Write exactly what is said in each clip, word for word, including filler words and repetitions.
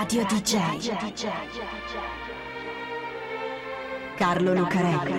Radio D J Carlo Lucarelli.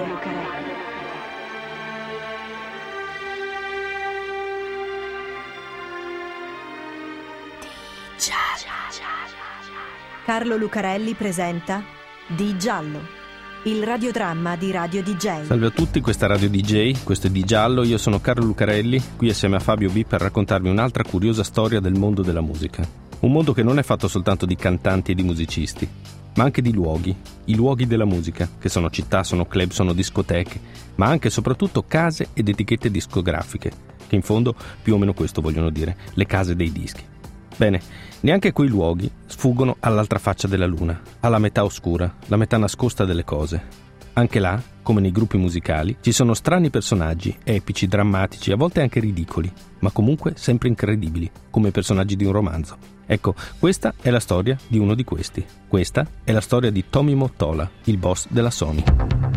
Carlo Lucarelli presenta Di Giallo, il radiodramma di Radio D J. Salve a tutti, questa è Radio D J, questo è Di Giallo, io sono Carlo Lucarelli, qui assieme a Fabio B per raccontarvi un'altra curiosa storia del mondo della musica. Un mondo che non è fatto soltanto di cantanti e di musicisti, ma anche di luoghi, i luoghi della musica, che sono città, sono club, sono discoteche, ma anche e soprattutto case ed etichette discografiche, che in fondo più o meno questo vogliono dire, le case dei dischi. Bene, neanche quei luoghi sfuggono all'altra faccia della luna, alla metà oscura, la metà nascosta delle cose. Anche là, come nei gruppi musicali, ci sono strani personaggi, epici, drammatici, a volte anche ridicoli, ma comunque sempre incredibili, come i personaggi di un romanzo. Ecco, questa è la storia di uno di questi. Questa è la storia di Tommy Mottola, il boss della Sony.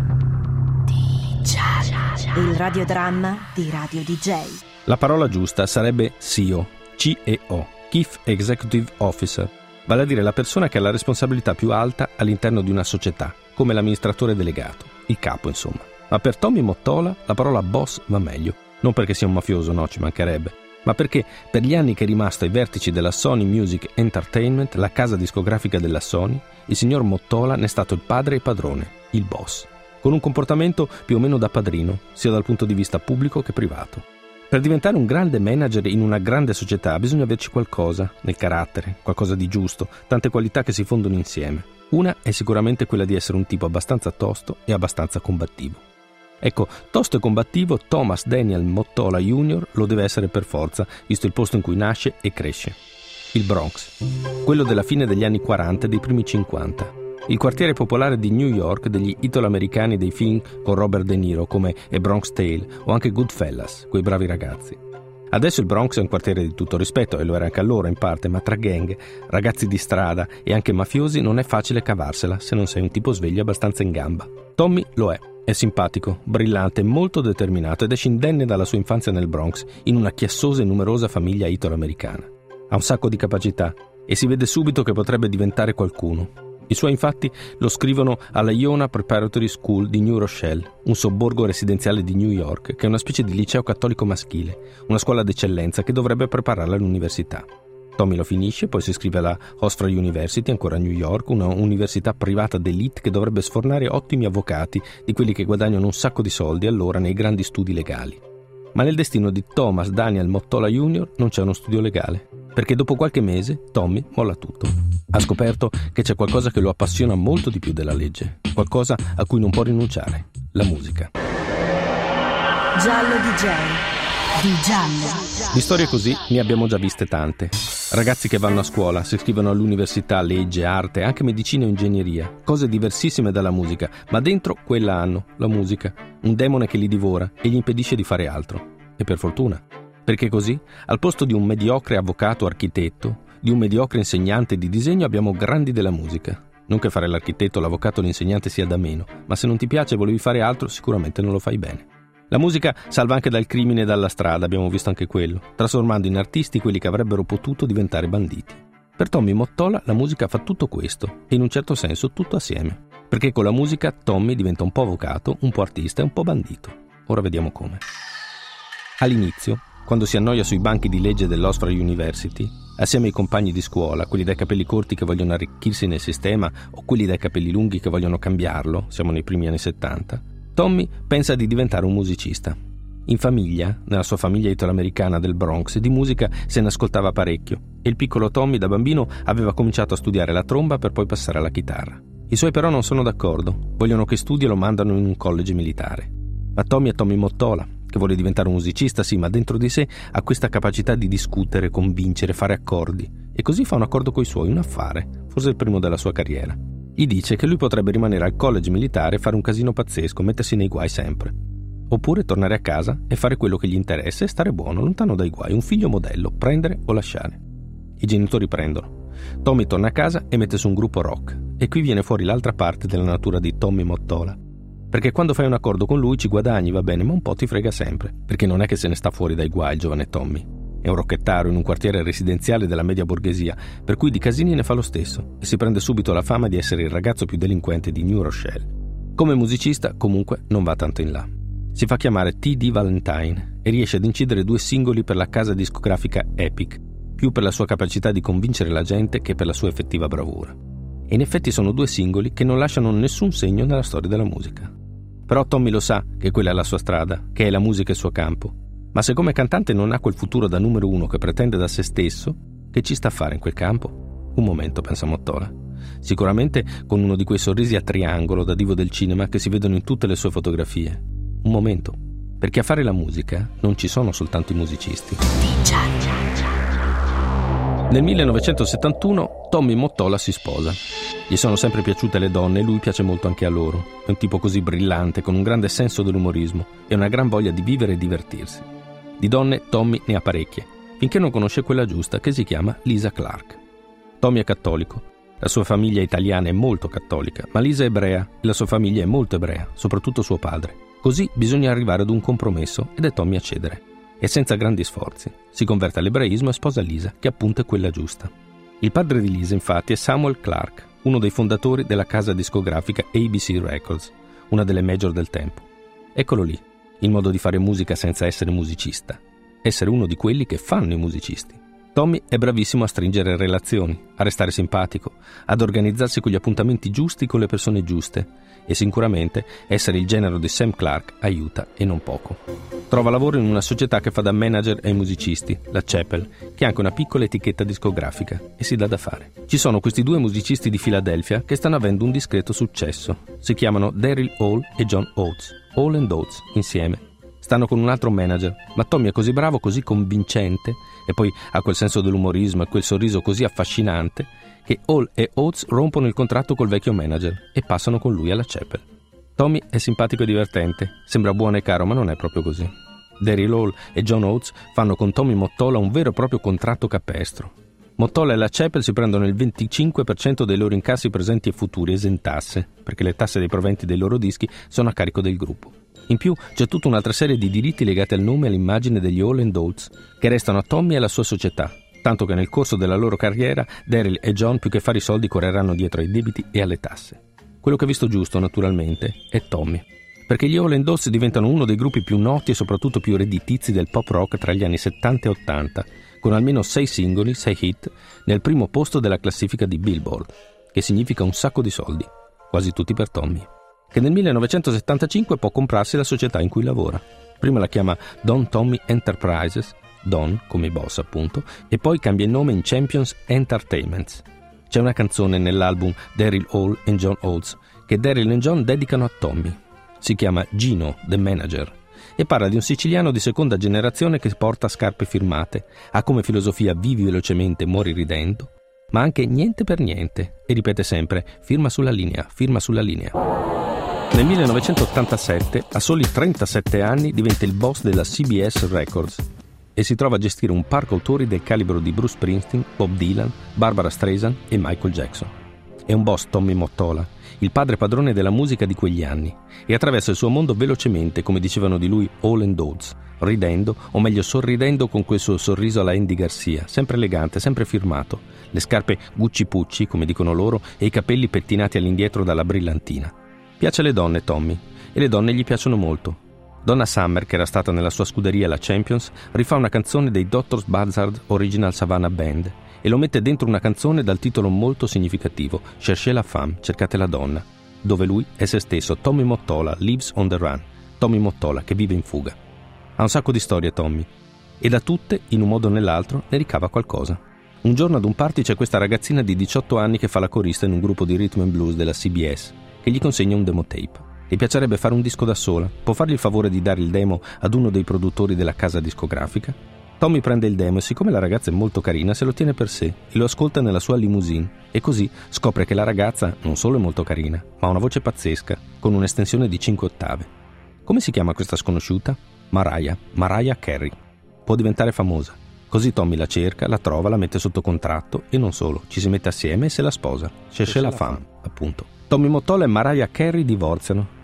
Il radiodramma di Radio D J. La parola giusta sarebbe C E O, C E O, Chief Executive Officer, vale a dire la persona che ha la responsabilità più alta all'interno di una società, come l'amministratore delegato, il capo insomma. Ma per Tommy Mottola la parola boss va meglio, non perché sia un mafioso, no, ci mancherebbe, ma perché per gli anni che è rimasto ai vertici della Sony Music Entertainment, la casa discografica della Sony, il signor Mottola ne è stato il padre e padrone, il boss, con un comportamento più o meno da padrino, sia dal punto di vista pubblico che privato. Per diventare un grande manager in una grande società bisogna averci qualcosa nel carattere, qualcosa di giusto, tante qualità che si fondono insieme. Una è sicuramente quella di essere un tipo abbastanza tosto e abbastanza combattivo. Ecco, tosto e combattivo Thomas Daniel Mottola junior lo deve essere per forza, visto il posto in cui nasce e cresce. Il Bronx, quello della fine degli anni quaranta e dei primi cinquanta. Il quartiere popolare di New York degli italo-americani dei film con Robert De Niro come A Bronx Tale o anche Goodfellas, quei bravi ragazzi. Adesso il Bronx è un quartiere di tutto rispetto, e lo era anche allora in parte, ma tra gang, ragazzi di strada e anche mafiosi non è facile cavarsela se non sei un tipo sveglio abbastanza in gamba. Tommy lo è, è simpatico, brillante, molto determinato ed esce indenne dalla sua infanzia nel Bronx, in una chiassosa e numerosa famiglia italo-americana. Ha un sacco di capacità e si vede subito che potrebbe diventare qualcuno. I suoi infatti lo scrivono alla Iona Preparatory School di New Rochelle, un sobborgo residenziale di New York che è una specie di liceo cattolico maschile, una scuola d'eccellenza che dovrebbe prepararla all'università. Tommy lo finisce, poi si iscrive alla Hofstra University, ancora a New York, una università privata d'élite che dovrebbe sfornare ottimi avvocati, di quelli che guadagnano un sacco di soldi allora nei grandi studi legali. Ma nel destino di Thomas Daniel Mottola junior non c'è uno studio legale, perché dopo qualche mese Tommy molla tutto. Ha scoperto che c'è qualcosa che lo appassiona molto di più della legge, qualcosa a cui non può rinunciare, la musica. Giallo D J, Di Giallo. Di storie così ne abbiamo già viste tante. Ragazzi che vanno a scuola, si iscrivono all'università, legge, arte, anche medicina o ingegneria, cose diversissime dalla musica, ma dentro quella hanno, la musica, un demone che li divora e gli impedisce di fare altro. E per fortuna, perché così, al posto di un mediocre avvocato o architetto, di un mediocre insegnante di disegno abbiamo grandi della musica. Non che fare l'architetto, l'avvocato o l'insegnante sia da meno, ma se non ti piace e volevi fare altro, sicuramente non lo fai bene. La musica salva anche dal crimine e dalla strada, abbiamo visto anche quello, trasformando in artisti quelli che avrebbero potuto diventare banditi. Per Tommy Mottola la musica fa tutto questo, e in un certo senso tutto assieme. Perché con la musica Tommy diventa un po' avvocato, un po' artista e un po' bandito. Ora vediamo come. All'inizio, quando si annoia sui banchi di legge dell'Hofstra University, assieme ai compagni di scuola, quelli dai capelli corti che vogliono arricchirsi nel sistema o quelli dai capelli lunghi che vogliono cambiarlo, siamo nei primi anni settanta, Tommy pensa di diventare un musicista. In famiglia, nella sua famiglia italo-americana del Bronx, di musica se ne ascoltava parecchio e il piccolo Tommy da bambino aveva cominciato a studiare la tromba per poi passare alla chitarra. I suoi però non sono d'accordo, vogliono che studi e lo mandano in un college militare. Ma Tommy è Tommy Mottola, che vuole diventare un musicista, sì, ma dentro di sé ha questa capacità di discutere, convincere, fare accordi. E così fa un accordo coi suoi, un affare, forse il primo della sua carriera. Gli dice che lui potrebbe rimanere al college militare e fare un casino pazzesco, mettersi nei guai sempre. Oppure tornare a casa e fare quello che gli interessa e stare buono, lontano dai guai, un figlio modello, prendere o lasciare. I genitori prendono. Tommy torna a casa e mette su un gruppo rock. E qui viene fuori l'altra parte della natura di Tommy Mottola. Perché quando fai un accordo con lui ci guadagni, va bene, ma un po' ti frega sempre, perché non è che se ne sta fuori dai guai il giovane Tommy. È un rocchettaro in un quartiere residenziale della media borghesia, per cui di casini ne fa lo stesso e si prende subito la fama di essere il ragazzo più delinquente di New Rochelle. Come musicista, comunque, non va tanto in là. Si fa chiamare T D Valentine e riesce ad incidere due singoli per la casa discografica Epic, più per la sua capacità di convincere la gente che per la sua effettiva bravura. E in effetti sono due singoli che non lasciano nessun segno nella storia della musica. Però Tommy lo sa che quella è la sua strada, che è la musica il suo campo. Ma se come cantante non ha quel futuro da numero uno che pretende da se stesso, che ci sta a fare in quel campo? Un momento, pensa Mottola. Sicuramente con uno di quei sorrisi a triangolo da divo del cinema che si vedono in tutte le sue fotografie. Un momento, perché a fare la musica non ci sono soltanto i musicisti. Nel millenovecentosettantuno Tommy Mottola si sposa. Gli sono sempre piaciute le donne e lui piace molto anche a loro. È un tipo così brillante, con un grande senso dell'umorismo e una gran voglia di vivere e divertirsi. Di donne Tommy ne ha parecchie, finché non conosce quella giusta che si chiama Lisa Clark. Tommy è cattolico. La sua famiglia italiana è molto cattolica, ma Lisa è ebrea e la sua famiglia è molto ebrea, soprattutto suo padre. Così bisogna arrivare ad un compromesso ed è Tommy a cedere. E senza grandi sforzi. Si converte all'ebraismo e sposa Lisa, che appunto è quella giusta. Il padre di Lisa, infatti, è Samuel Clark, uno dei fondatori della casa discografica A B C Records, una delle major del tempo. Eccolo lì, il modo di fare musica senza essere musicista. Essere uno di quelli che fanno i musicisti. Tommy è bravissimo a stringere relazioni, a restare simpatico, ad organizzarsi con gli appuntamenti giusti con le persone giuste e sicuramente essere il genero di Sam Clark aiuta e non poco. Trova lavoro in una società che fa da manager ai musicisti, la Chappell, che ha anche una piccola etichetta discografica e si dà da fare. Ci sono questi due musicisti di Filadelfia che stanno avendo un discreto successo. Si chiamano Daryl Hall e John Oates, Hall and Oates insieme. Stanno con un altro manager, ma Tommy è così bravo, così convincente e poi ha quel senso dell'umorismo e quel sorriso così affascinante che Hall e Oates rompono il contratto col vecchio manager e passano con lui alla Chappell. Tommy è simpatico e divertente, sembra buono e caro, ma non è proprio così. Daryl Hall e John Oates fanno con Tommy Mottola un vero e proprio contratto capestro. Mottola e la Chappell si prendono il venticinque per cento dei loro incassi presenti e futuri esentasse, perché le tasse dei proventi dei loro dischi sono a carico del gruppo. In più c'è tutta un'altra serie di diritti legati al nome e all'immagine degli Hall and Oates, che restano a Tommy e alla sua società, tanto che nel corso della loro carriera Daryl e John più che fare i soldi correranno dietro ai debiti e alle tasse. Quello che ha visto giusto, naturalmente, è Tommy, perché gli Hall and Oates diventano uno dei gruppi più noti e soprattutto più redditizi del pop rock tra gli anni settanta e ottanta, con almeno sei singoli, sei hit, nel primo posto della classifica di Billboard, che significa un sacco di soldi, quasi tutti per Tommy, che nel millenovecentosettantacinque può comprarsi la società in cui lavora. Prima la chiama Don Tommy Enterprises, Don come boss appunto, e poi cambia il nome in Champions Entertainments. C'è una canzone nell'album Daryl Hall and John Oates che Daryl e John dedicano a Tommy. Si chiama Gino, the Manager, e parla di un siciliano di seconda generazione che porta scarpe firmate, ha come filosofia vivi velocemente, muori ridendo, ma anche niente per niente, e ripete sempre firma sulla linea, firma sulla linea. Nel millenovecentottantasette, a soli trentasette anni, diventa il boss della C B S Records e si trova a gestire un parco autori del calibro di Bruce Springsteen, Bob Dylan, Barbara Streisand e Michael Jackson. È un boss Tommy Mottola, il padre padrone della musica di quegli anni, e attraversa il suo mondo velocemente, come dicevano di lui Hall and Oates, ridendo, o meglio sorridendo con quel suo sorriso alla Andy Garcia, sempre elegante, sempre firmato, le scarpe Gucci Pucci, come dicono loro, e i capelli pettinati all'indietro dalla brillantina. Piace alle donne Tommy, e le donne gli piacciono molto. Donna Summer, che era stata nella sua scuderia la Champions, rifà una canzone dei Doctor's Buzzard Original Savannah Band e lo mette dentro una canzone dal titolo molto significativo, Cherchez la femme, cercate la donna, dove lui è se stesso, Tommy Mottola, lives on the run, Tommy Mottola, che vive in fuga. Ha un sacco di storie Tommy, e da tutte, in un modo o nell'altro, ne ricava qualcosa. Un giorno ad un party c'è questa ragazzina di diciotto anni che fa la corista in un gruppo di rhythm and blues della C B S, che gli consegna un demo tape. Le piacerebbe fare un disco da sola? Può fargli il favore di dare il demo ad uno dei produttori della casa discografica? Tommy prende il demo e siccome la ragazza è molto carina se lo tiene per sé e lo ascolta nella sua limousine e così scopre che la ragazza non solo è molto carina, ma ha una voce pazzesca, con un'estensione di cinque ottave. Come si chiama questa sconosciuta? Mariah, Mariah Carey. Può diventare famosa. Così Tommy la cerca, la trova, la mette sotto contratto e non solo, ci si mette assieme e se la sposa. Cherchez la femme, appunto. Tommy Mottola e Mariah Carey divorziano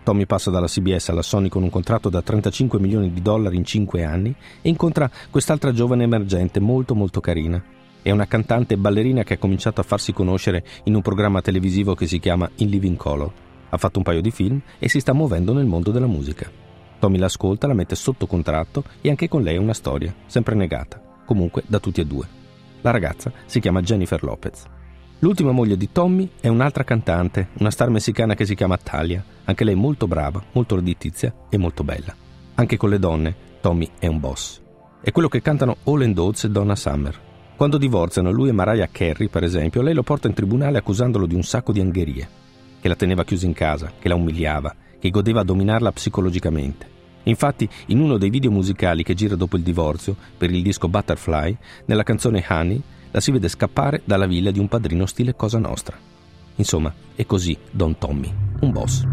Tommy passa dalla C B S alla Sony con un contratto da trentacinque milioni di dollari in cinque anni e incontra quest'altra giovane emergente molto molto carina. È una cantante e ballerina che ha cominciato a farsi conoscere in un programma televisivo che si chiama In Living Color. Ha fatto un paio di film e si sta muovendo nel mondo della musica. Tommy l'ascolta, la mette sotto contratto e anche con lei è una storia, sempre negata, comunque da tutti e due. La ragazza si chiama Jennifer Lopez. L'ultima moglie di Tommy è un'altra cantante, una star messicana che si chiama Thalia, anche lei molto brava, molto redditizia e molto bella. Anche con le donne, Tommy è un boss. È quello che cantano Hall and Oates e Donna Summer. Quando divorziano, lui e Mariah Carey, per esempio, lei lo porta in tribunale accusandolo di un sacco di angherie, che la teneva chiusa in casa, che la umiliava, che godeva a dominarla psicologicamente. Infatti, in uno dei video musicali che gira dopo il divorzio, per il disco Butterfly, nella canzone Honey, la si vede scappare dalla villa di un padrino stile Cosa Nostra. Insomma, è così Don Tommy, un boss.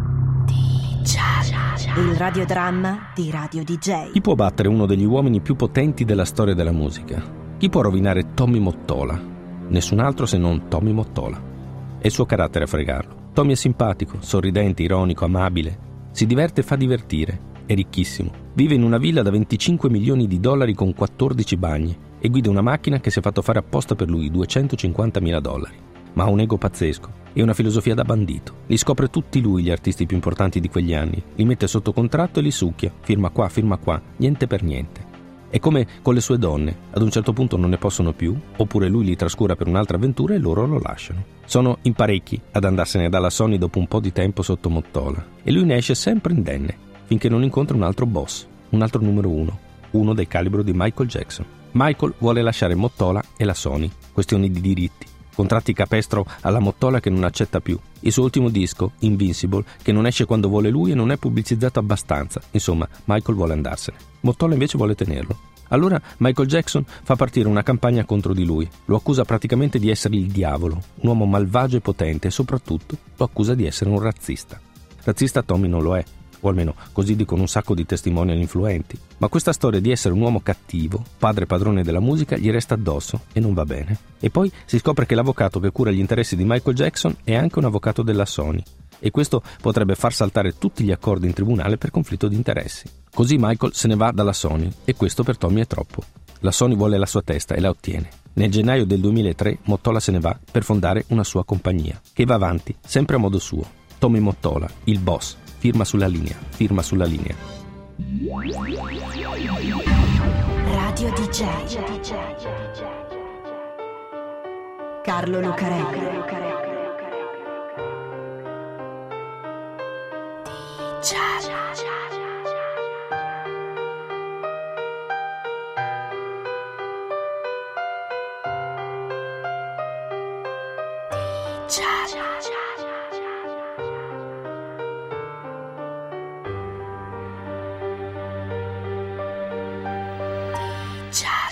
Il radiodramma di Radio D J. Chi può battere uno degli uomini più potenti della storia della musica? Chi può rovinare Tommy Mottola? Nessun altro se non Tommy Mottola. È il suo carattere a fregarlo. Tommy è simpatico, sorridente, ironico, amabile. Si diverte e fa divertire. È ricchissimo. Vive in una villa da venticinque milioni di dollari con quattordici bagni e guida una macchina che si è fatto fare apposta per lui, duecentocinquantamila dollari. Ma ha un ego pazzesco e una filosofia da bandito. Li scopre tutti lui, gli artisti più importanti di quegli anni. Li mette sotto contratto e li succhia. Firma qua, firma qua. Niente per niente. È come con le sue donne. Ad un certo punto non ne possono più, oppure lui li trascura per un'altra avventura e loro lo lasciano. Sono in parecchi ad andarsene dalla Sony dopo un po' di tempo sotto Mottola. E lui ne esce sempre indenne, finché non incontra un altro boss, un altro numero uno, uno del calibro di Michael Jackson. Michael vuole lasciare Mottola e la Sony, questioni di diritti, contratti capestro alla Mottola che non accetta più, il suo ultimo disco, Invincible, che non esce quando vuole lui e non è pubblicizzato abbastanza. Insomma, Michael vuole andarsene. Mottola invece vuole tenerlo. Allora Michael Jackson fa partire una campagna contro di lui, lo accusa praticamente di essere il diavolo, un uomo malvagio e potente, e soprattutto lo accusa di essere un razzista. Razzista Tommy non lo è, o almeno così dicono un sacco di testimonial influenti, ma questa storia di essere un uomo cattivo, padre padrone della musica, gli resta addosso e non va bene. E poi si scopre che l'avvocato che cura gli interessi di Michael Jackson è anche un avvocato della Sony, e questo potrebbe far saltare tutti gli accordi in tribunale per conflitto di interessi. Così Michael se ne va dalla Sony e questo per Tommy è troppo. La Sony vuole la sua testa e la ottiene. Nel gennaio del duemilatré Mottola se ne va per fondare una sua compagnia, che va avanti, sempre a modo suo. Tommy Mottola, il boss, firma sulla linea, firma sulla linea. Radio D J. Carlo Lucarelli. Ciao.